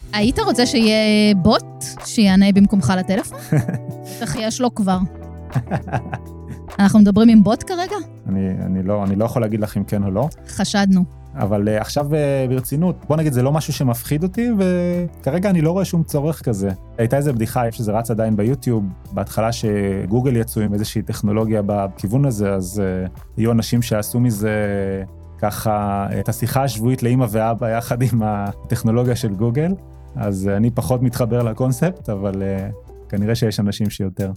היית רוצה שיהיה בוט שיענה במקומך לטלפון? איך יש לו כבר? אנחנו מדברים עם בוט כרגע? אני לא יכול להגיד לך אם כן או לא. חשדנו. אבל עכשיו ברצינות, בוא נגיד, זה לא משהו שמפחיד אותי, וכרגע אני לא רואה שום צורך כזה. הייתה איזו בדיחה, איפה שזה רץ עדיין ביוטיוב, בהתחלה שגוגל יצאו עם איזושהי טכנולוגיה בכיוון הזה, אז יהיו אנשים שעשו מזה ככה את השיחה השבועית לאמא ואבא יחד עם הטכנולוגיה של גוגל, אז אני פחות מתחבר לקונספט, אבל כנראה שיש אנשים שיותר.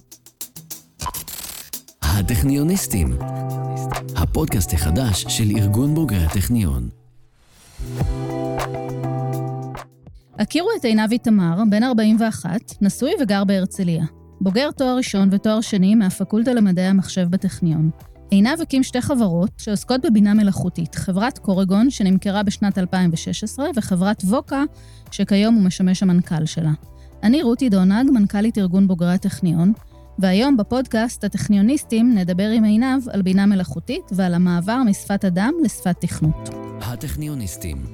הטכניוניסטים, הפודקאסט החדש של ארגון בוגרי הטכניון. הכירו את עינב איתמר, בן 41, נשוי וגר בהרצליה. בוגר תואר ראשון ותואר שני מהפקולטה למדעי המחשב בטכניון. עינב הקים שתי חברות שעוסקות בבינה מלאכותית, חברת קורגון שנמכרה בשנת 2016 וחברת ווקה שכיום הוא משמש המנכ"ל שלה. אני רותי דונג, מנכ"לית ארגון בוגרי הטכניון, והיום בפודקאסט הטכניוניסטים נדבר עם עינב על בינה מלאכותית ועל המעבר משפת אדם לשפת תכנות. הטכניוניסטים.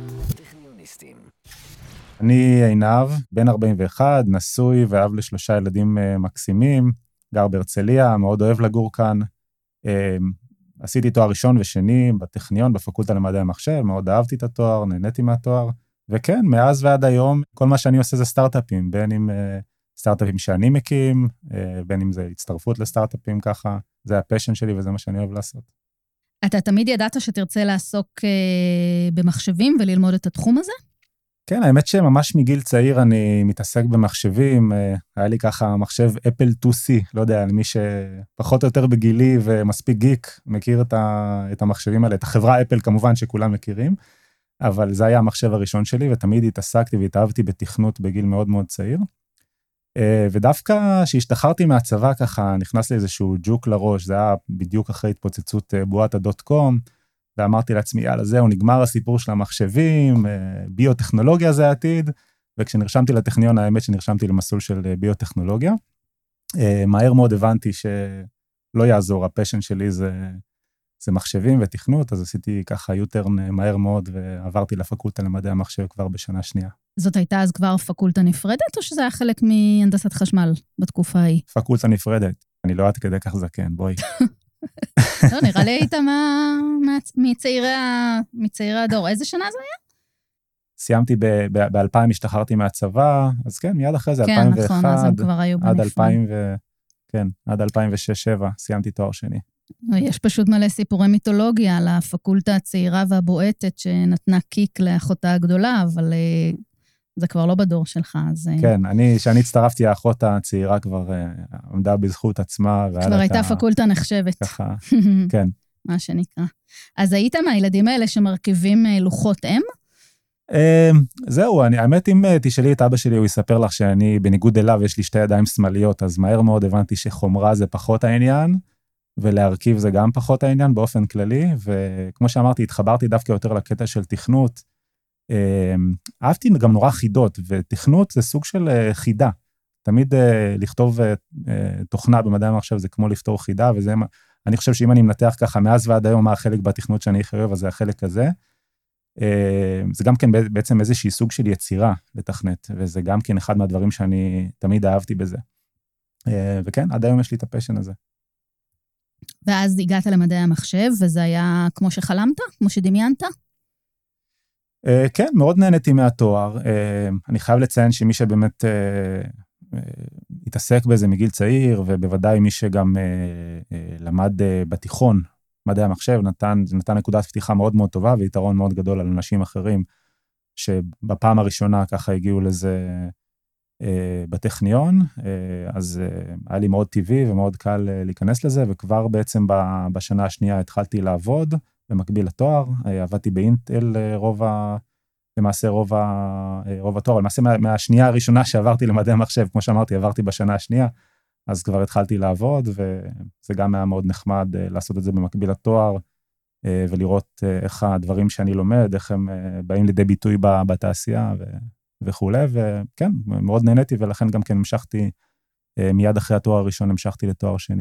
אני עינב, בן 41, נשוי ואב ל3 ילדים מקסימים, גר בהרצליה, מאוד אוהב לגור כאן. עשיתי תואר ראשון ושני בטכניון, בפקולטה למדעי המחשב, מאוד אהבתי את התואר, נהניתי מהתואר, וכן, מאז ועד היום, כל מה שאני עושה זה סטארט-אפים, בין אם סטארט-אפים שאני מקים, בין אם זה הצטרפות לסטארט-אפים ככה, זה הפשן שלי וזה מה שאני אוהב לעשות. אתה תמיד ידעת שתרצה לעסוק במחשבים וללמוד את התחום הזה? כן, האמת שממש מגיל צעיר אני מתעסק במחשבים, היה לי ככה מחשב אפל 2C, לא יודע, מי שפחות או יותר בגילי ומספיק גיק, מכיר את המחשבים האלה, את החברה אפל כמובן שכולם מכירים, אבל זה היה המחשב הראשון שלי, ותמיד התעסקתי והתאהבתי בתכנות בגיל מאוד מאוד צעיר, ודווקא שהשתחררתי מהצבא ככה, נכנס לי איזשהו ג'וק לראש, זה היה בדיוק אחרי התפוצצות בועת הדוט-קום, ואמרתי לעצמי, יאללה, זהו, נגמר הסיפור של המחשבים, ביוטכנולוגיה זה העתיד, וכשנרשמתי לטכניון, האמת שנרשמתי למסלול של ביוטכנולוגיה, מהר מאוד הבנתי שלא יעזור, הפשן שלי זה מחשבים ותכנות, אז עשיתי ככה יותר מהר מאוד, ועברתי לפקולטה למדעי המחשב כבר בשנה שנייה. זאת הייתה אז כבר פקולטה נפרדת, או שזה היה חלק מהנדסת חשמל בתקופה ההיא? פקולטה נפרדת, אני לא עד כדי כך זקן, בואי. לא, נראה לי היית מצעירי הדור. איזה שנה זה היה? סיימתי ב-2000, השתחררתי מהצבא, אז כן, מיד אחרי זה, 2001. כן, נכון, אז הם כבר היו בנפרד. כן, עד 2006-2007, סיימתי תואר שני. יש פשוט מלא סיפורי מיתולוגיה על הפקולטה הצעירה והבועטת שנתנה קיק לאחותה הגדולה, אבל זה כבר לא בדור שלך, אז... כן, כשאני הצטרפתי, האחות הצעירה כבר עמדה בזכות עצמה. כבר הייתה פקולטה נחשבת. ככה, כן. מה שנקרא. אז היית מהילדים האלה שמרכיבים לוחות אם? זהו, האמת אם תשאלי את אבא שלי, הוא יספר לך שאני בניגוד אליו, יש לי 2 ידיים שמאליות, אז מהר מאוד הבנתי שחומרה זה פחות העניין, ולהרכיב זה גם פחות העניין באופן כללי, וכמו שאמרתי, התחברתי דווקא יותר לקטע של תכנות, אהבתי גם נורא חידות, ותכנות זה סוג של חידה, תמיד לכתוב תוכנה במדעי המחשב זה כמו לפתור חידה, וזה, אני חושב שאם אני מנתח ככה מאז ועד היום מה החלק בתכנות שאני חייב, אז זה החלק הזה, זה גם כן בעצם איזושהי סוג של יצירה לתכנת, וזה גם כן אחד מהדברים שאני תמיד אהבתי בזה, וכן, עד היום יש לי את הפשן הזה. ואז הגעת למדעי המחשב, וזה היה כמו שחלמת, כמו שדמיינת? כן, מאוד נהניתי מהתואר. אני חייב לציין שמי שבאמת התעסק בזה מגיל צעיר, ובוודאי מי שגם למד בתיכון, מדעי המחשב, נתן נקודת פתיחה מאוד מאוד טובה, ויתרון מאוד גדול על אנשים אחרים, שבפעם הראשונה ככה הגיעו לזה בטכניון, אז היה לי מאוד טבעי ומאוד קל להיכנס לזה, וכבר בעצם בשנה השנייה התחלתי לעבוד, במקביל לתואר, עבדתי באינטל למעשה רוב התואר, למעשה מהשנייה הראשונה שעברתי למדעי המחשב, כמו שאמרתי, עברתי בשנה השנייה, אז כבר התחלתי לעבוד, וזה גם היה מאוד נחמד לעשות את זה במקביל לתואר, ולראות איך הדברים שאני לומד, איך הם באים לידי ביטוי בתעשייה וכו', וכן, מאוד נהניתי, ולכן גם כן המשכתי, מיד אחרי התואר הראשון המשכתי לתואר שני.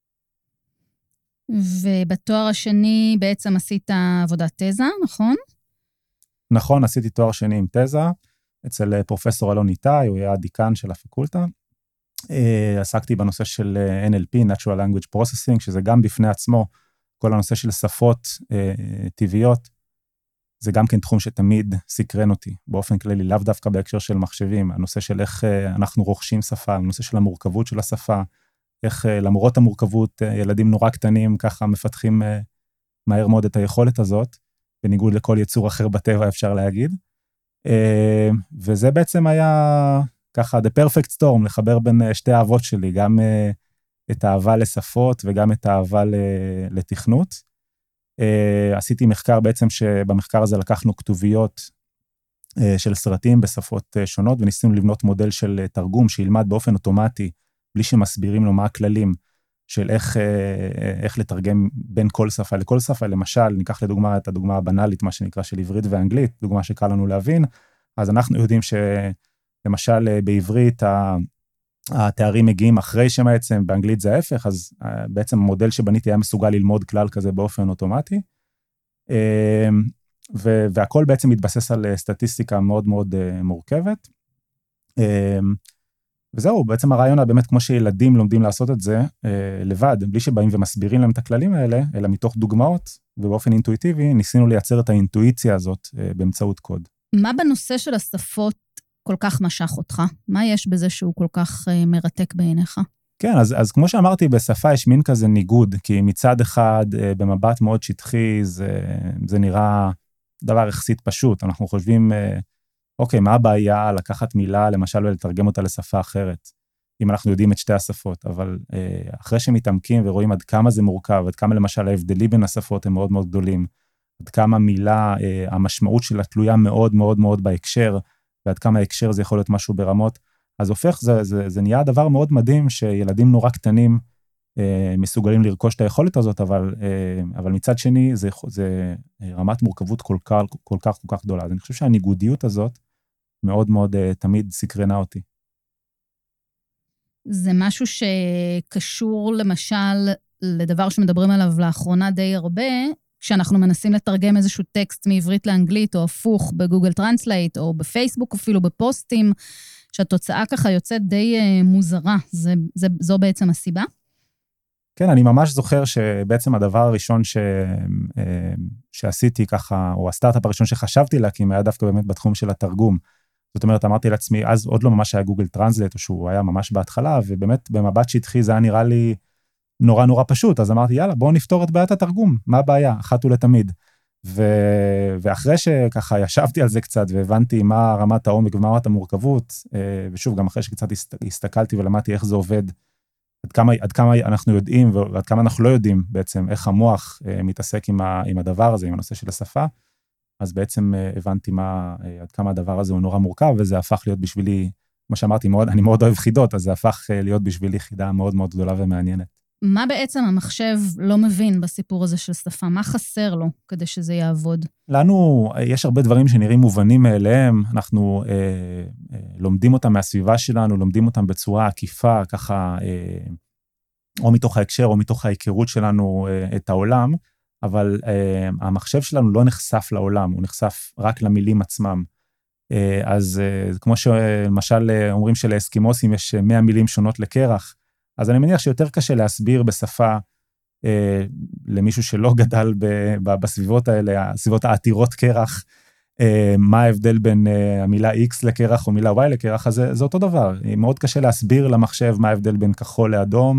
ובתואר השני בעצם עשית עבודת תזה, נכון? נכון, עשיתי תואר שני עם תזה, אצל פרופסור אלון איתי, הוא היה הדיקן של הפקולטה. עסקתי בנושא של NLP, Natural Language Processing, שזה גם בפני עצמו, כל הנושא של שפות טבעיות, זה גם כן תחום שתמיד סקרן אותי, באופן כללי, לאו דווקא בהקשר של מחשבים, הנושא של איך אנחנו רוכשים שפה, הנושא של המורכבות של השפה, איך למרות המורכבות, ילדים נורא קטנים ככה מפתחים מהר מאוד את היכולת הזאת, בניגוד לכל יצור אחר בטבע אפשר להגיד. וזה בעצם היה ככה the perfect storm, לחבר בין שתי האהבות שלי, גם את האהבה לשפות וגם את האהבה לתכנות. עשיתי מחקר בעצם שבמחקר הזה לקחנו כתוביות של סרטים בשפות שונות, וניסינו לבנות מודל של תרגום שילמד באופן אוטומטי, בלי שמסבירים לו מה הכללים של איך לתרגם בין כל שפה לכל שפה. למשל, ניקח לדוגמה את הדוגמה הבנאלית, מה שנקרא של עברית ואנגלית, דוגמה שקל לנו להבין. אז אנחנו יודעים שלמשל בעברית התארים מגיעים אחרי שם העצם, באנגלית זה ההפך, אז בעצם המודל שבניתי היה מסוגל ללמוד כלל כזה באופן אוטומטי. והכל בעצם מתבסס על סטטיסטיקה מאוד מאוד מורכבת. וזהו, בעצם הרעיון באמת כמו שילדים לומדים לעשות את זה לבד, בלי שבאים ומסבירים להם את הכללים האלה, אלא מתוך דוגמאות, ובאופן אינטואיטיבי ניסינו לייצר את האינטואיציה הזאת באמצעות קוד. מה בנושא של השפות כל כך משך אותך? מה יש בזה שהוא כל כך מרתק בעיניך? כן, אז כמו שאמרתי, בשפה יש מין כזה ניגוד, כי מצד אחד, במבט מאוד שטחי, זה נראה דבר יחסית פשוט. אנחנו חושבים, אוקיי, מה הבעיה לקחת מילה, למשל, ולתרגם אותה לשפה אחרת, אם אנחנו יודעים את שתי השפות, אבל אחרי שמתעמקים ורואים עד כמה זה מורכב, עד כמה למשל ההבדלים בין השפות הם מאוד מאוד גדולים, עד כמה מילה, המשמעות שלה תלויה מאוד מאוד מאוד בהקשר, ועד כמה ההקשר זה יכול להיות משהו ברמות, אז הופך, זה נהיה דבר מאוד מדהים, שילדים נורא קטנים מסוגלים לרכוש את היכולת הזאת, אבל מצד שני, זה רמת מורכבות כל כך גדולה. אז אני חושב שהניגודיות הזאת, מאוד מאוד תמיד סקרנה אותי. זה משהו שקשור למשל לדבר שמדברים עליו לאחרונה די הרבה, כשאנחנו מנסים לתרגם איזשהו טקסט מעברית לאנגלית, או הפוך בגוגל טרנסלייט, או בפייסבוק, אפילו בפוסטים, שהתוצאה ככה יוצאת די מוזרה. זו בעצם הסיבה? כן, אני ממש זוכר שבעצם הדבר הראשון שעשיתי ככה, או הסטארט-אפ הראשון שחשבתי להקים, היה דווקא באמת בתחום של התרגום. זאת אומרת, אמרתי לעצמי, אז עוד לא ממש היה גוגל טרנסלייט, או שהוא היה ממש בהתחלה, ובאמת במבט שטחי זה היה נראה לי נורא נורא פשוט, אז אמרתי, יאללה, בואו נפתור את בעיית התרגום, מה הבעיה? אחת ולתמיד. ואחרי שככה ישבתי על זה קצת, והבנתי מה רמת העומק ומה רמת המורכבות, ושוב, גם אחרי שקצת הסתכלתי ולמדתי איך זה עובד, עד כמה אנחנו יודעים, ועד כמה אנחנו לא יודעים בעצם, איך המוח מתעסק עם הדבר הזה, עם הנושא של השפה, אז בעצם הבנתי עד כמה הדבר הזה הוא נורא מורכב, וזה הפך להיות בשבילי, כמו שאמרתי, אני מאוד אוהב חידות, אז זה הפך להיות בשבילי חידה מאוד מאוד גדולה ומעניינת. מה בעצם המחשב לא מבין בסיפור הזה של שפה? מה חסר לו כדי שזה יעבוד? לנו יש הרבה דברים שנראים מובנים מאליהם, אנחנו לומדים אותם מהסביבה שלנו, לומדים אותם בצורה עקיפה, ככה, או מתוך ההקשר, או מתוך ההיכרות שלנו את העולם, אבל המחשב שלנו לא נחשף לעולם, הוא נחשף רק למילים עצמם. אז כמו שלמשל אומרים שלאסקימוסים יש 100 מילים שונות לקרח, אז אני מניח שיותר קשה להסביר בשפה למישהו שלא גדל בסביבות האלה, הסביבות העתירות קרח, מה ההבדל בין המילה X לקרח או מילה Y לקרח, אז זה אותו דבר. מאוד קשה להסביר למחשב מה ההבדל בין כחול לאדום,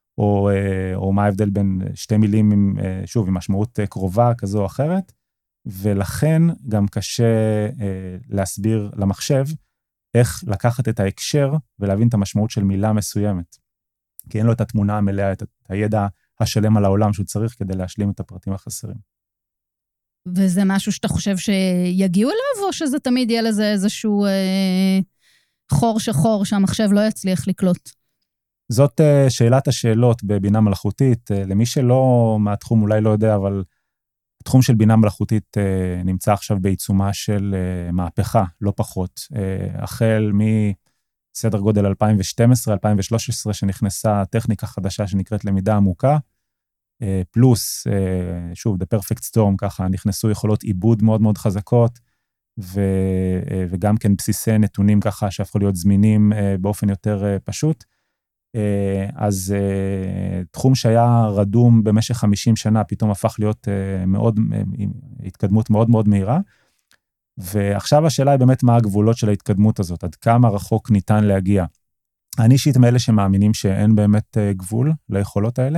או מה ההבדל בין שתי מילים, שוב, עם משמעות קרובה כזו או אחרת, ולכן גם קשה להסביר למחשב איך לקחת את ההקשר ולהבין את המשמעות של מילה מסוימת. כי אין לו את התמונה המלאה, את הידע השלם על העולם שהוא צריך כדי להשלים את הפרטים החסרים. וזה משהו שאתה חושב שיגיעו אליו, או שזה תמיד יהיה לזה איזשהו חור שחור שהמחשב לא יצליח לקלוט? זאת שאלת השאלות בבינה מלאכותית. למי שלא מהתחום אולי לא יודע, אבל התחום של בינה מלאכותית נמצא עכשיו בעיצומה של מהפכה, לא פחות. החל מסדר גודל 2012-2013, שנכנסה טכניקה חדשה שנקראת למידה עמוקה, פלוס, שוב, The Perfect Storm, ככה, נכנסו יכולות עיבוד מאוד מאוד חזקות, וגם כן בסיסי נתונים ככה שהפכו להיות זמינים באופן יותר פשוט. אז תחום שהיה רדום במשך 50 שנה, פתאום הפך להיות מאוד, התקדמות מאוד מאוד מהירה, ועכשיו השאלה היא באמת מה הגבולות של ההתקדמות הזאת, עד כמה רחוק ניתן להגיע. אני אישית מאלה שמאמינים שאין באמת גבול ליכולות האלה,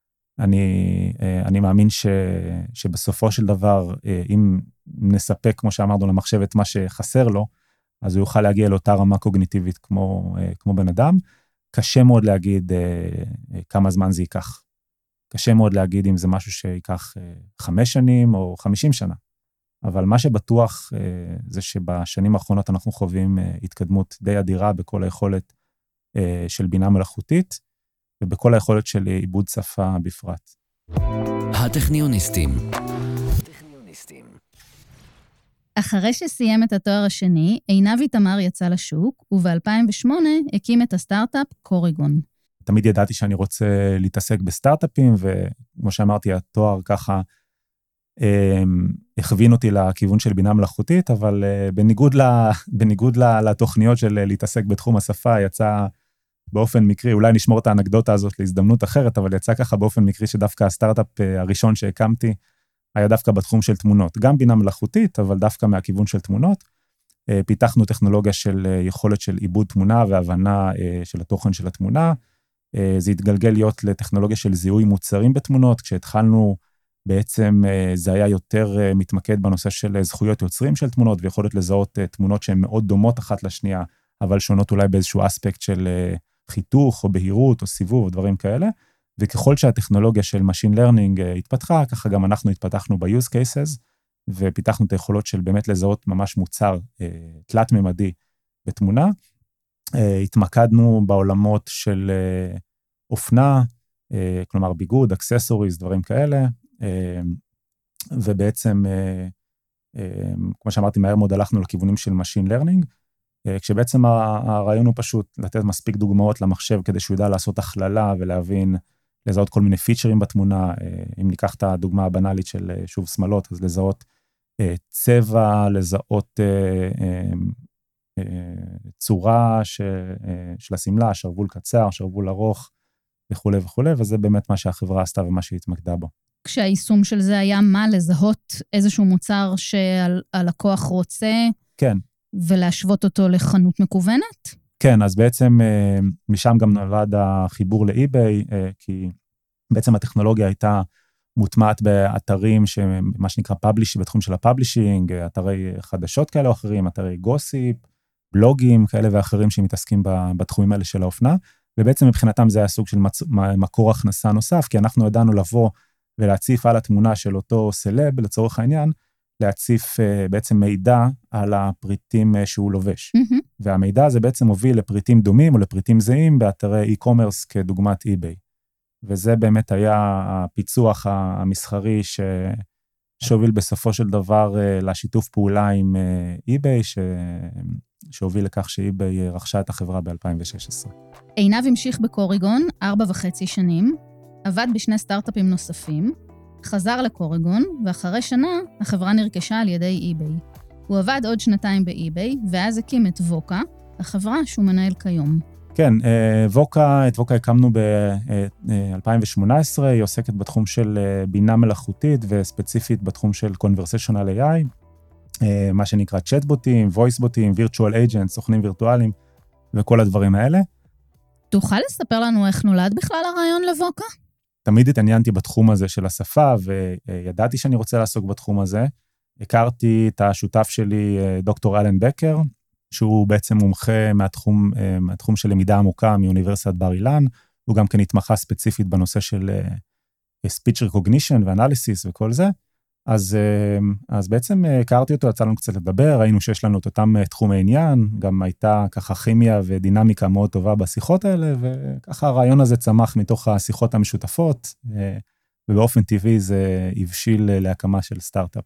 אני מאמין שבסופו של דבר, אם נספק, כמו שאמרנו, למחשב את מה שחסר לו, אז הוא יוכל להגיע לאותה רמה קוגניטיבית כמו בן אדם. קשה מאוד להגיד כמה זמן זה ייקח. קשה מאוד להגיד אם זה משהו שיקח 5 שנים או 50 שנה. אבל מה שבטוח זה שבשנים האחרונות אנחנו חווים התקדמות די אדירה בכל היכולת של בינה מלאכותית, ובכל היכולת של עיבוד שפה בפרט. הטכניוניסטים. אחרי שסיים את התואר השני, עינב איתמר יצא לשוק, וב-2008 הקים את הסטארט-אפ קוריגון. תמיד ידעתי שאני רוצה להתעסק בסטארט-אפים, וכמו שאמרתי, התואר ככה הכווין אותי לכיוון של בינה מלאכותית, אבל בניגוד לתוכניות של להתעסק בתחום השפה, יצא באופן מקרי, אולי נשמור את האנקדוטה הזאת להזדמנות אחרת, אבל יצא ככה באופן מקרי שדווקא הסטארט-אפ הראשון שהקמתי, היה דווקא בתחום של תמונות, גם בינה מלאכותית, אבל דווקא מהכיוון של תמונות. פיתחנו טכנולוגיה של יכולת של עיבוד תמונה והבנה של התוכן של התמונה. זה התגלגל להיות לטכנולוגיה של זיהוי מוצרים בתמונות, כשהתחלנו בעצם זה היה יותר מתמקד בנושא של זכויות יוצרים של תמונות, ויכולת לזהות תמונות שהן מאוד דומות אחת לשנייה, אבל שונות אולי באיזשהו אספקט של חיתוך או בהירות או סיבוב או דברים כאלה. וככל שהטכנולוגיה של Machine Learning התפתחה, ככה גם אנחנו התפתחנו ב-use cases, ופיתחנו את היכולות של באמת לזהות ממש מוצר תלת-ממדי בתמונה. התמקדנו בעולמות של אופנה, כלומר ביגוד, אקססוריז, דברים כאלה, ובעצם, כמו שאמרתי, מהר מאוד הלכנו לכיוונים של Machine Learning, כשבעצם הרעיון הוא פשוט לתת מספיק דוגמאות למחשב, כדי שהוא ידע לעשות הכללה ולהבין, לזהות כל מיני פיצ'רים בתמונה, אם ניקח את הדוגמה הבנאלית של שוב שמלות, אז לזהות צבע, לזהות צורה של הסמלה, שרוול קצר, שרוול ארוך, וכו' וכו', וזה באמת מה שהחברה עשתה ומה שהתמקדה בו. כשהיישום של זה היה מה? לזהות איזשהו מוצר שהלקוח רוצה? כן. ולהשוות אותו לחנות מקוונת? כן, אז בעצם משם גם נולד החיבור לאי-ביי, כי בעצם הטכנולוגיה הייתה מוטמעת באתרים שמה שנקרא פאבליש, בתחום של הפאבלישינג, אתרי חדשות כאלה או אחרים, אתרי גוסיפ, בלוגים כאלה ואחרים שמתעסקים בתחומים האלה של האופנה, ובעצם מבחינתם זה היה סוג של מקור הכנסה נוסף, כי אנחנו ידענו לבוא ולהציף על התמונה של אותו סלב, לצורך העניין, להציף בעצם מידע על הפריטים שהוא לובש. והמידע הזה בעצם מוביל לפריטים דומים או לפריטים זהים באתרי e-commerce כדוגמת eBay. וזה באמת היה הפיצוח המסחרי שהוביל בסופו של דבר לשיתוף פעולה עם eBay, שהוביל לכך שאי-ביי רכשה את החברה ב-2016. עינב המשיך בקוריגון 4.5 שנים, עבד בשני סטארט-אפים נוספים, חזר לקוריגון, ואחרי שנה החברה נרכשה על ידי eBay. הוא עבד עוד 2 ב-eBay, ואז הקים את ווקה, החברה שהוא מנהל כיום. כן, את ווקה הקמנו ב-2018, היא עוסקת בתחום של בינה מלאכותית, וספציפית בתחום של Conversational AI, מה שנקרא צ'טבוטים, וויסבוטים, וירטואל אייג'נט, סוכנים וירטואליים, וכל הדברים האלה. תוכל לספר לנו איך נולד בכלל הרעיון לווקה? תמיד התעניינתי בתחום הזה של השפה, וידעתי שאני רוצה לעסוק בתחום הזה. הכרתי את השותף שלי, דוקטור אלן בקר, שהוא בעצם מומחה מהתחום של למידה עמוקה מאוניברסיטת בר אילן, הוא גם כן התמחה ספציפית בנושא של speech recognition ואנליסיס וכל זה, אז בעצם הכרתי אותו, יצא לנו קצת לדבר, ראינו שיש לנו את אותם תחומי עניין, גם הייתה ככה כימיה ודינמיקה מאוד טובה בשיחות האלה, וככה הרעיון הזה צמח מתוך השיחות המשותפות, ובאופן טבעי זה הבשיל להקמה של סטארט-אפ.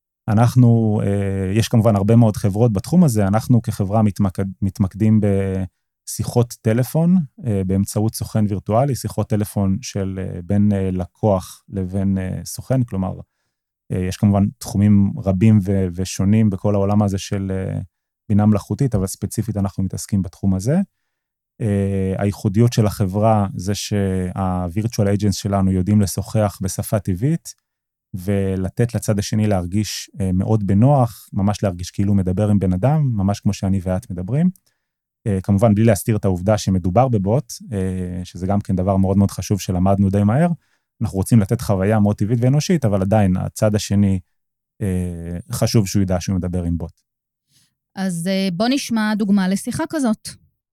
יש כמובן הרבה מאוד חברות בתחום הזה, אנחנו כחברה מתמקדים בשיחות טלפון, באמצעות סוכן וירטואלי, שיחות טלפון של בין לקוח לבין סוכן, כלומר, יש כמובן תחומים רבים ושונים בכל העולם הזה של בינה מלאכותית, אבל ספציפית אנחנו מתעסקים בתחום הזה. הייחודיות של החברה זה שה-Virtual Agents שלנו יודעים לשוחח בשפה טבעית, ולתת לצד השני להרגיש מאוד בנוח, ממש להרגיש כאילו מדבר עם בן אדם, ממש כמו שאני ואת מדברים. כמובן בלי להסתיר את העובדה שמדובר בבוט, שזה גם כן דבר מאוד מאוד חשוב שלמדנו די מהר. אנחנו רוצים לתת חוויה מאוד טבעית ואנושית, אבל עדיין הצד השני חשוב שהוא ידע שהוא מדבר עם בוט. אז בוא נשמע דוגמה לשיחה כזאת.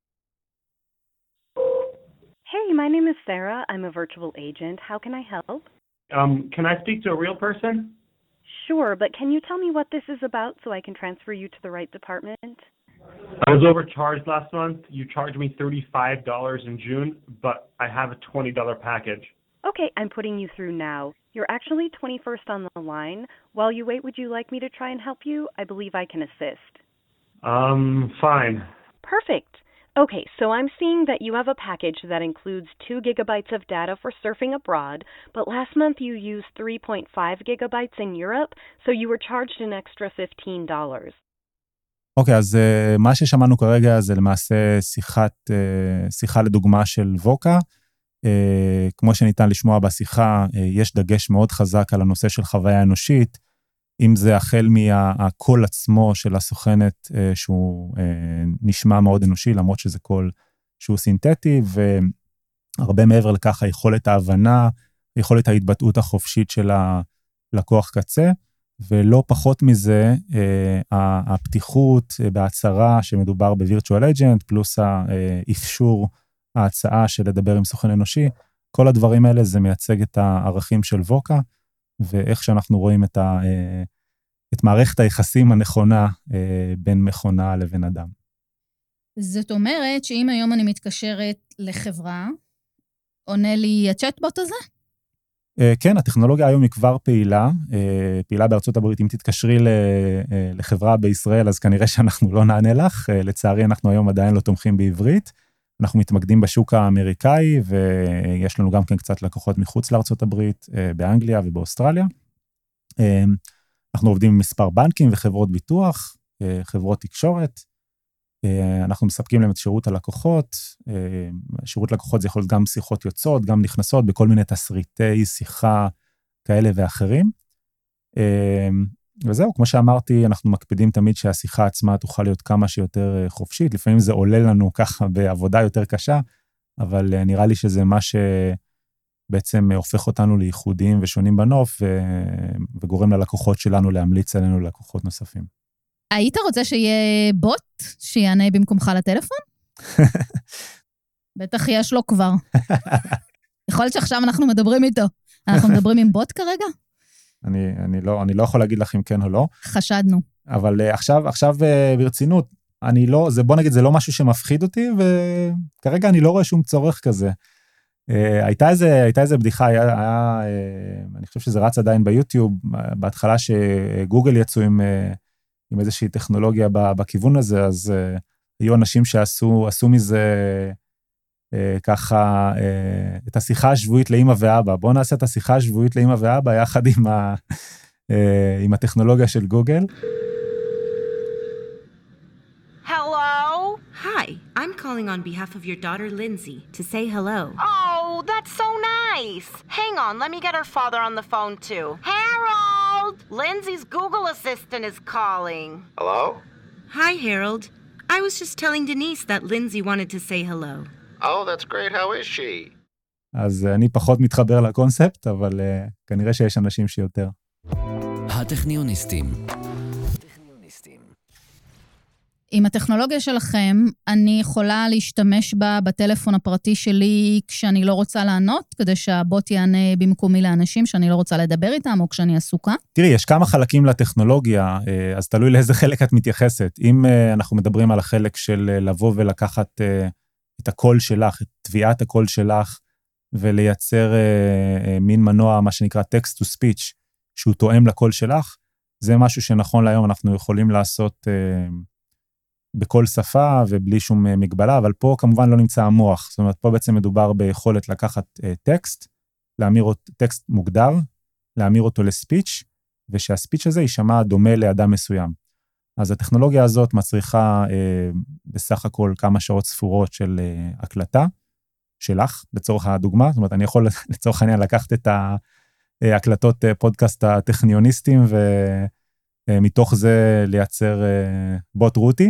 Hey, my name is Sarah. I'm a virtual agent. How can I help? Can I speak to a real person? Sure, but can you tell me what this is about so I can transfer you to the right department? I was overcharged last month. You charged me $35 in June, but I have a $20 package. Okay, I'm putting you through now. You're actually 21st on the line. While you wait, would you like me to try and help you? I believe I can assist. Fine. Perfect. Okay, so I'm seeing that you have a package that includes 2 gigabytes of data for surfing abroad, but last month you used 3.5 gigabytes in Europe, so you were charged an extra $15. אוקיי, אז מה ששמענו כרגע זה למעשה שיחה לדוגמה של ווקה. כמו שניתן לשמוע בשיחה, יש דגש מאוד חזק על הנושא של חוויה אנושית, אם זה החל מהקול עצמו של הסוכנת, שהוא נשמע מאוד אנושי, למרות שזה קול שהוא סינתטי, והרבה מעבר לכך היכולת ההבנה, יכולת ההתבטאות החופשית של הלקוח קצה, ולא פחות מזה, הפתיחות בהצהרה שמדובר בווירטואל אייג'נט, פלוס האפשור ההצעה של לדבר עם סוכן אנושי, כל הדברים האלה זה מייצג את הערכים של ווקה, ואיך שאנחנו רואים את מערכת היחסים הנכונה בין מכונה לבין אדם. זאת אומרת שאם היום אני מתקשרת לחברה, עונה לי הצ'אטבוט הזה? כן, הטכנולוגיה היום היא כבר פעילה בארצות הברית. אם תתקשרי לחברה בישראל, אז כנראה שאנחנו לא נענה לך. לצערי, אנחנו היום עדיין לא תומכים בעברית. אנחנו מתמקדים בשוק האמריקאי, ויש לנו גם כן קצת לקוחות מחוץ לארצות הברית, באנגליה ובאוסטרליה. אנחנו עובדים עם מספר בנקים וחברות ביטוח, חברות תקשורת. אנחנו מספקים להם את שירות הלקוחות. שירות לקוחות זה יכול להיות גם שיחות יוצאות, גם נכנסות, בכל מיני תסריטי שיחה כאלה ואחרים. וזהו, כמו שאמרתי, אנחנו מקפידים תמיד שהשיחה עצמה תוכל להיות כמה שיותר חופשית. לפעמים זה עולה לנו ככה בעבודה יותר קשה, אבל נראה לי שזה מה שבעצם הופך אותנו לייחודיים ושונים בנוף, וגורם ללקוחות שלנו להמליץ עלינו ללקוחות נוספים. היית רוצה שיהיה בוט שיענה במקומך לטלפון? בטח יש לו כבר. יכול להיות שעכשיו אנחנו מדברים איתו. אנחנו מדברים עם בוט כרגע? אני לא יכול להגיד לך אם כן או לא. חשדנו. אבל עכשיו ברצינות, בוא נגיד, זה לא משהו שמפחיד אותי, וכרגע אני לא רואה שום צורך כזה. הייתה איזה בדיחה, אני חושב שזה רץ עדיין ביוטיוב, בהתחלה שגוגל יצאו עם איזושהי טכנולוגיה בכיוון הזה, אז היו אנשים שעשו מזה ככה את השיחה השבועית לאמא ואבא. בואו נעשה את השיחה השבועית לאמא ואבא יחד עם הטכנולוגיה של גוגל. Hello? Hi, I'm calling on behalf of your daughter Lindsay to say hello. Oh, that's so nice. Hang on, let me get her father on the phone too. Harold! Lindsay's Google Assistant is calling. Hello? Hi, Harold. I was just telling Denise that Lindsay wanted to say hello. Oh, that's great. How is she? אז אני פחות מתחבר לקונספט, אבל כנראה שיש אנשים שיותר. הטכניוניסטים. עם הטכנולוגיה שלכם, אני יכולה להשתמש בה בטלפון הפרטי שלי כשאני לא רוצה לענות, כדי שהבוט יענה במקומי לאנשים שאני לא רוצה לדבר איתם, או כשאני עסוקה? תראי, יש כמה חלקים לטכנולוגיה, אז תלוי לאיזה חלק את מתייחסת. אם אנחנו מדברים על החלק של לבוא ולקחת את הקול שלך, את תביעת הקול שלך, ולייצר מין מנוע, מה שנקרא text to speech, שהוא תואם לקול שלך, זה משהו שנכון להיום אנחנו יכולים לעשות בכל שפה ובלי שום מגבלה, אבל פה כמובן לא נמצא המוח. זאת אומרת, פה בעצם מדובר ביכולת לקחת טקסט, טקסט מוגדר, להמיר אותו לספיץ', ושהספיץ' הזה יישמע דומה לאדם מסוים. אז הטכנולוגיה הזאת מצריכה בסך הכל כמה שעות ספורות של הקלטה שלך, לצורך הדוגמה, זאת אומרת, אני יכול לצורך העניין לקחת את ההקלטות פודקאסט הטכניוניסטים, ומתוך זה לייצר בוט רותי,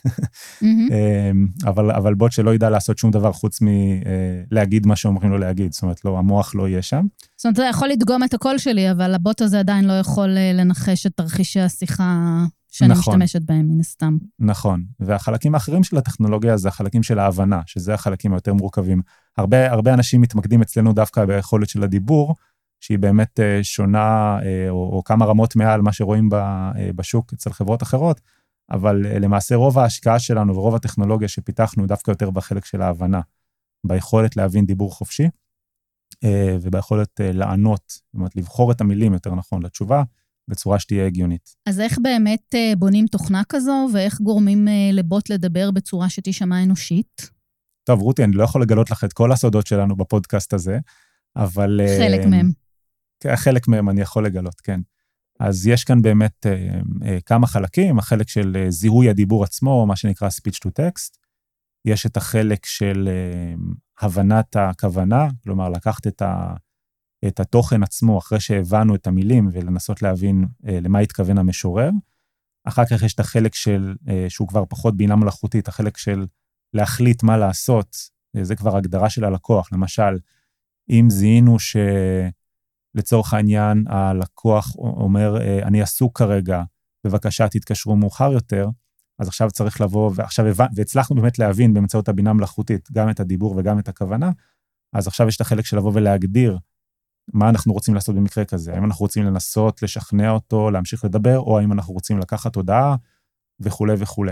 אבל בוט שלא ידע לעשות שום דבר חוץ מלהגיד מה שאומרים לו להגיד, זאת אומרת, המוח לא יהיה שם. זאת אומרת, זה יכול לדגום את הקול שלי, אבל הבוט הזה עדיין לא יכול לנחש את תרחישי השיחה שאני משתמשת בהם, מן הסתם. נכון, והחלקים האחרים של הטכנולוגיה זה החלקים של ההבנה, שזה החלקים היותר מורכבים. הרבה אנשים מתמקדים אצלנו דווקא ביכולת של הדיבור, שהיא באמת שונה, או כמה רמות מעל מה שרואים בשוק אצל חברות אחרות, אבל למעשה רוב ההשקעה שלנו ורוב הטכנולוגיה שפיתחנו דווקא יותר בחלק של ההבנה, ביכולת להבין דיבור חופשי, וביכולת לענות, זאת אומרת, לבחור את המילים יותר נכון לתשובה, בצורה שתהיה הגיונית. אז איך באמת בונים תוכנה כזו, ואיך גורמים לבוט לדבר בצורה שתשמע אנושית? טוב, רותי, אני לא יכול לגלות לך את כל הסודות שלנו בפודקאסט הזה, אבל... חלק מהם. חלק מהם אני יכול לגלות, כן. אז יש כאן באמת כמה חלקים, החלק של זיהוי הדיבור עצמו, מה שנקרא speech to text, יש את החלק של הבנת הכוונה, כלומר לקחת את התוכן עצמו אחרי שהבנו את המילים ולנסות להבין למה התכוון המשורר. אחר כך יש את החלק שהוא כבר פחות בינה מלאכותית, החלק של להחליט מה לעשות, זה כבר הגדרה של הלקוח. למשל, אם זיהינו שלצורך העניין הלקוח אומר, אני עסוק כרגע, בבקשה תתקשרו מאוחר יותר, אז עכשיו צריך לבוא, והצלחנו באמת להבין באמצעות הבינה מלאכותית, גם את הדיבור וגם את הכוונה, אז עכשיו יש את החלק של לבוא ולהגדיר, מה אנחנו רוצים לעשות במקרה כזה, האם אנחנו רוצים לנסות לשכנע אותו, להמשיך לדבר, או האם אנחנו רוצים לקחת הודעה, וכו' וכו'.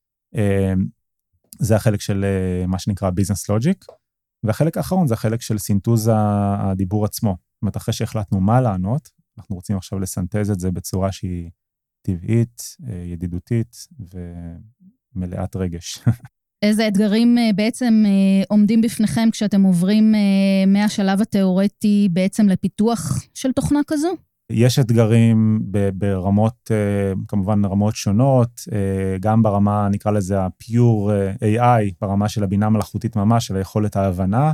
זה החלק של מה שנקרא Business Logic, והחלק האחרון זה החלק של סינטוז הדיבור עצמו. זאת אומרת, אחרי שהחלטנו מה לענות, אנחנו רוצים עכשיו לסנטז את זה בצורה שהיא טבעית, ידידותית ומלאת רגש. איזה אתגרים בעצם עומדים בפניכם כשאתם עוברים מהשלב התיאורטי בעצם לפיתוח של תוכנה כזו? יש אתגרים ברמות, כמובן רמות שונות, גם ברמה, נקרא לזה ה-pure AI, ברמה של הבינה מלאכותית ממש, של היכולת ההבנה,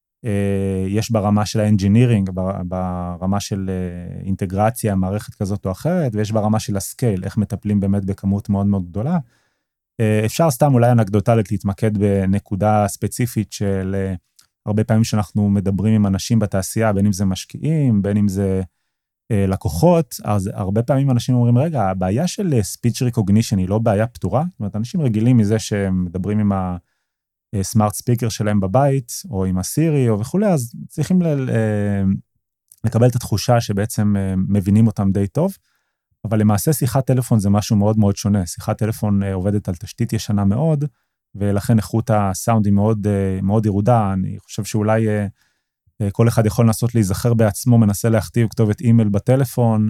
יש ברמה של ה-engineering, ברמה של אינטגרציה, מערכת כזאת או אחרת, ויש ברמה של הסקייל, איך מטפלים באמת בכמות מאוד מאוד גדולה. אפשר סתם אולי אנקדוטלית להתמקד בנקודה ספציפית של הרבה פעמים שאנחנו מדברים עם אנשים בתעשייה, בין אם זה משקיעים, בין אם זה לקוחות, אז הרבה פעמים אנשים אומרים, רגע, הבעיה של speech recognition היא לא בעיה פתורה, זאת אומרת, אנשים רגילים מזה שהם מדברים עם הסמארט ספיקר שלהם בבית, או עם הסירי, או וכו', אז צריכים לקבל את התחושה שבעצם מבינים אותם די טוב, אבל למעשה שיחת טלפון זה משהו מאוד מאוד שונה, שיחת טלפון עובדת על תשתית ישנה מאוד, ולכן איכות הסאונד היא מאוד, מאוד ירודה, אני חושב שאולי כל אחד יכול לנסות להיזכר בעצמו, מנסה להכתיב כתובת אימייל בטלפון,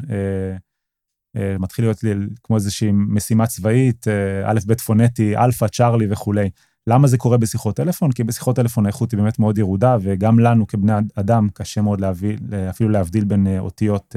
מתחיל להיות כמו איזושהי משימה צבאית, א' ב' פונטי, אלפא, צ'רלי וכו'. למה זה קורה בשיחות טלפון? כי בשיחות טלפון האיכות היא באמת מאוד ירודה, וגם לנו כבני אדם קשה מאוד אפילו להבדיל בין אותיות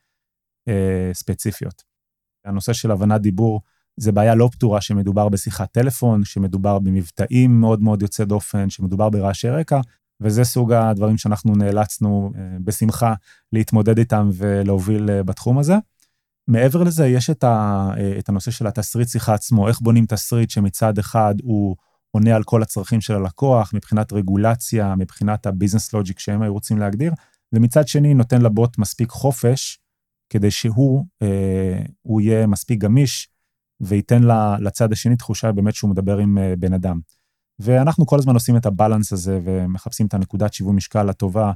ספציפיות. הנושא של הבנת דיבור, זה בעיה לא פתורה שמדובר בשיחת טלפון, שמדובר במבטאים מאוד מאוד יוצא דופן, שמדובר ברעשי רקע, וזה סוג הדברים שאנחנו נאלצנו בשמחה להתמודד איתם ולהוביל בתחום הזה. מעבר לזה, יש את הנושא של התסריט שיחה עצמו, איך בונים תסריט שמצד אחד הוא עונה על כל הצרכים של הלקוח, מבחינת רגולציה, מבחינת הביזנס לוג'יק שהם היו רוצים להגדיר, ומצד שני נותן לבוט מספיק חופש, כדי שהוא יהיה מספיק גמיש, וייתן לצד השני תחושה באמת שהוא מדבר עם בן אדם. ואנחנו כל הזמן עושים את הבלנס הזה, ומחפשים את הנקודת שיווי משקל הטובה,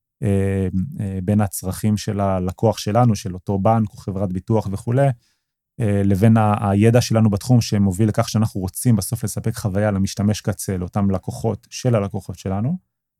בין הצרכים של הלקוח שלנו, של אותו בנק או חברת ביטוח וכו', לבין הידע שלנו בתחום, שמוביל לכך שאנחנו רוצים בסוף לספק חוויה למשתמש קצה, לאותם לקוחות של הלקוחות שלנו,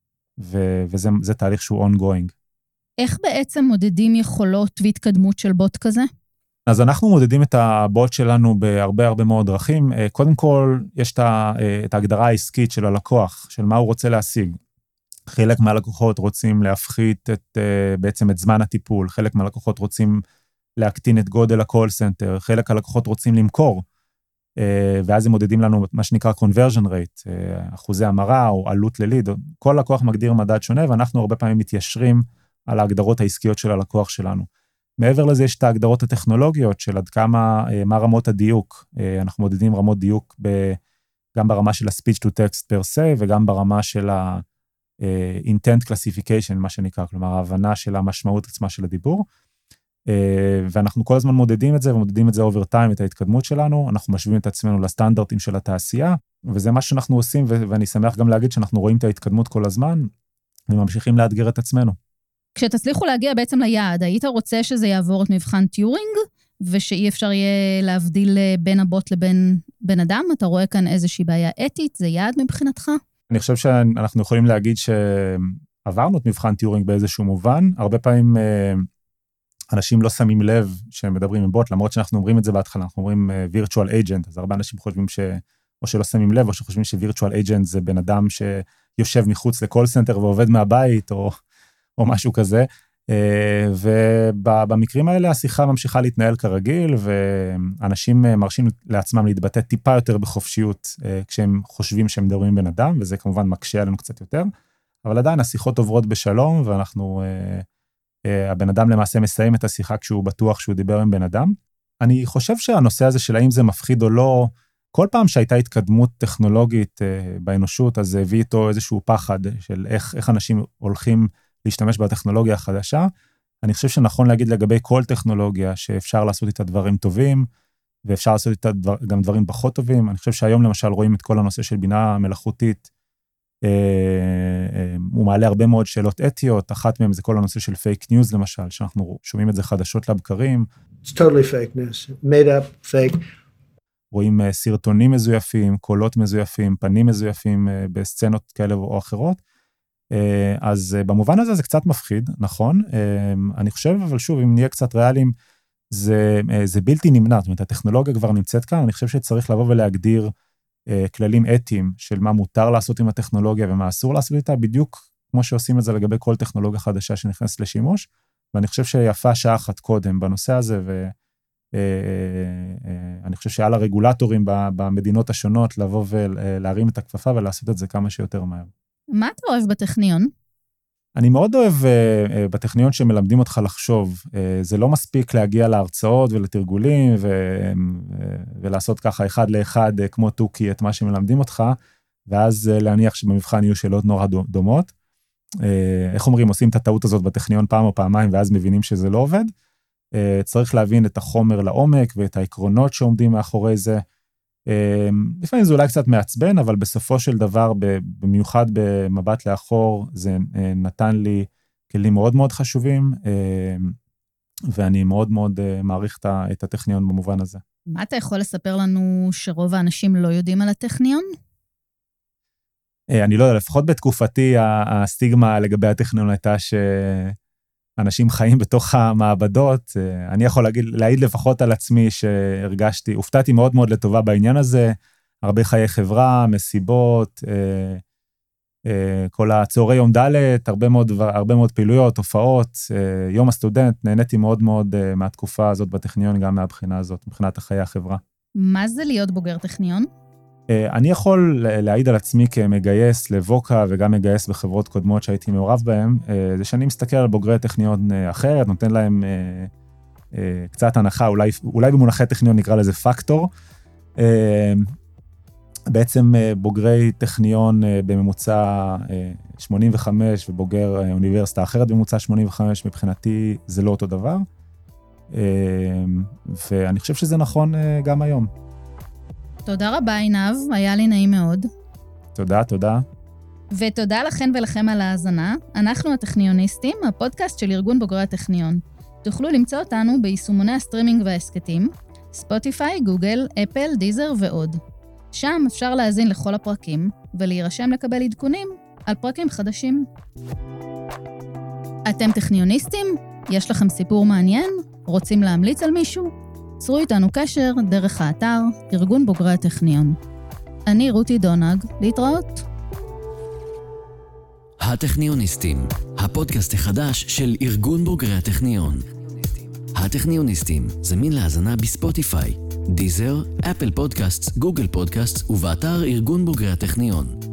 וזה תהליך שהוא ongoing. איך בעצם מודדים יכולות והתקדמות של בוט כזה? אז אנחנו מודדים את הבוט שלנו בהרבה מאוד דרכים. קודם כל, יש את ההגדרה העסקית של הלקוח, של מה הוא רוצה להשיג. חלק מהלקוחות רוצים להפחית בעצם את זמן הטיפול, חלק מהלקוחות רוצים להקטין את גודל הקול סנטר, חלק הלקוחות רוצים למכור, ואז הם מודדים לנו מה שנקרא conversion rate, אחוזי המרה או עלות לליד, כל לקוח מגדיר מדד שונה, ואנחנו הרבה פעמים מתיישרים על ההגדרות העסקיות של הלקוח שלנו. מעבר לזה יש את ההגדרות הטכנולוגיות של עד כמה, מה רמות הדיוק, אנחנו מודדים רמות דיוק גם ברמה של ה-speech to text per se, וגם ברמה של ה-intent classification, מה שנקרא, כלומר ההבנה של המשמעות עצמה של הדיבור, ואנחנו כל הזמן מודדים את זה, ומודדים את זה over time, את ההתקדמות שלנו, אנחנו משווים את עצמנו לסטנדרטים של התעשייה, וזה מה שאנחנו עושים, ואני שמח גם להגיד שאנחנו רואים את ההתקדמות כל הזמן, וממשיכים לאתגר את עצמנו. כשתצליחו להגיע בעצם ליעד, היית רוצה שזה יעבור את מבחן טיורינג, ושאי אפשר יהיה להבדיל בין הבוט לבין בן אדם? אתה רואה כאן איזושהי בעיה אתית? זה יעד מבחינתך? אני חושב שאנחנו יכולים להגיד שעברנו את מבחן טיורינג באיזשהו מובן, הרבה פעמים אנשים לא שמים לב שהם מדברים עם בוט, למרות שאנחנו אומרים את זה בהתחלה, אנחנו אומרים virtual agent, אז הרבה אנשים חושבים או שלא שמים לב, או שחושבים ש-virtual agent זה בן אדם שיושב מחוץ לקול סנטר ועובד מהבית, או משהו כזה, ובמקרים האלה השיחה ממשיכה להתנהל כרגיל, ואנשים מרשים לעצמם להתבטא טיפה יותר בחופשיות, כשהם חושבים שהם מדברים עם בן אדם, וזה כמובן מקשה עלינו קצת יותר, אבל עדיין השיחות עוברות בשלום, ואנחנו, הבן אדם למעשה מסיים את השיחה כשהוא בטוח שהוא דיבר עם בן אדם. אני חושב שהנושא הזה של האם זה מפחיד או לא, כל פעם שהייתה התקדמות טכנולוגית באנושות, אז זה הביא איתו איזשהו פחד של איך אנשים הולכים להשתמש בטכנולוגיה החדשה. אני חושב שנכון להגיד לגבי כל טכנולוגיה שאפשר לעשות איתה דברים טובים, ואפשר לעשות איתה גם דברים פחות טובים. אני חושב שהיום למשל רואים את כל הנושא של בינה מלאכותית, הוא מעלה הרבה מאוד שאלות אתיות, אחת מהן זה כל הנושא של פייק ניוז למשל, שאנחנו שומעים את זה חדשות לבקרים. It's totally fake news, made up, fake. רואים סרטונים מזויפים, קולות מזויפים, פנים מזויפים בסצנות כאלה או אחרות, אז במובן הזה זה קצת מפחיד, נכון? אני חושב, אבל שוב, אם נהיה קצת ריאליים, זה בלתי נמנע, זאת אומרת, הטכנולוגיה כבר נמצאת כאן, אני חושב שצריך לבוא ולהגדיר כללים אתיים של מה מותר לעשות עם הטכנולוגיה ומה אסור לעשות איתה, בדיוק כמו שעושים את זה לגבי כל טכנולוגיה חדשה שנכנסת לשימוש, ואני חושב שיפה שעה אחת קודם בנושא הזה, ואני חושב שעל הרגולטורים במדינות השונות לבוא ולהרים את הכפפה ולעשות את זה כמה שיותר מהר. מה אתה אוהב בטכניון? אני מאוד אוהב בטכניון שמלמדים אותך לחשוב. זה לא מספיק להגיע להרצאות ולתרגולים ולעשות ככה אחד לאחד כמו תוקי את מה שמלמדים אותך, ואז להניח שבמבחן יהיו שאלות נורא דומות. איך אומרים, עושים את הטעות הזאת בטכניון פעם או פעמיים ואז מבינים שזה לא עובד. צריך להבין את החומר לעומק ואת העקרונות שעומדים מאחורי זה. לפעמים זה אולי קצת מעצבן, אבל בסופו של דבר, במיוחד במבט לאחור, זה נתן לי כלים מאוד מאוד חשובים, ואני מאוד מאוד מעריך את הטכניון במובן הזה. מה אתה יכול לספר לנו שרוב האנשים לא יודעים על הטכניון? אני לא יודע, לפחות בתקופתי, הסטיגמה לגבי הטכניון הייתה אנשים חיים בתוך המעבדות. אני יכול להעיד לפחות על עצמי שהרגשתי, הופתעתי מאוד מאוד לטובה בעניין הזה, הרבה חיי חברה, מסיבות, כל הצהרי יום ד', הרבה מאוד פעילויות, הופעות, יום הסטודנט, נהניתי מאוד מאוד מהתקופה הזאת בטכניון, גם מהבחינה הזאת, מבחינת חיי החברה. מה זה להיות בוגר טכניון? אני יכול להעיד על עצמי כמגייס לבוקה וגם מגייס בחברות קודמות שהייתי מעורב בהן, זה שאני מסתכל על בוגרי טכניון אחרת, נותן להם קצת הנחה, אולי במונחי טכניון נקרא לזה פקטור. בעצם בוגרי טכניון בממוצע 85 ובוגר אוניברסיטה אחרת בממוצע 85, מבחינתי זה לא אותו דבר, ואני חושב שזה נכון גם היום. תודה רבה עינב, היה לי נעים מאוד. תודה, תודה. ותודה לכן ולכם על ההאזנה. אנחנו הטכניוניסטים, הפודקאסט של ארגון בוגרי הטכניון. תוכלו למצוא אותנו ביישומוני הסטרימינג והעסקטים, ספוטיפיי, גוגל, אפל, דיזר ועוד. שם אפשר להאזין לכל הפרקים ולהירשם לקבל עדכונים על פרקים חדשים. אתם טכניוניסטים? יש לכם סיפור מעניין? רוצים להמליץ על מישהו? צרו איתנו קשר דרך האתר ארגון בוגרי הטכניון. אני רותי דונג, להתראות. הטכניוניסטים, הפודקאסט החדש של ארגון בוגרי הטכניון. הטכניוניסטים, זמין להאזנה בספוטיפיי, דיזר, אפל פודקאסט, גוגל פודקאסט ובאתר ארגון בוגרי הטכניון.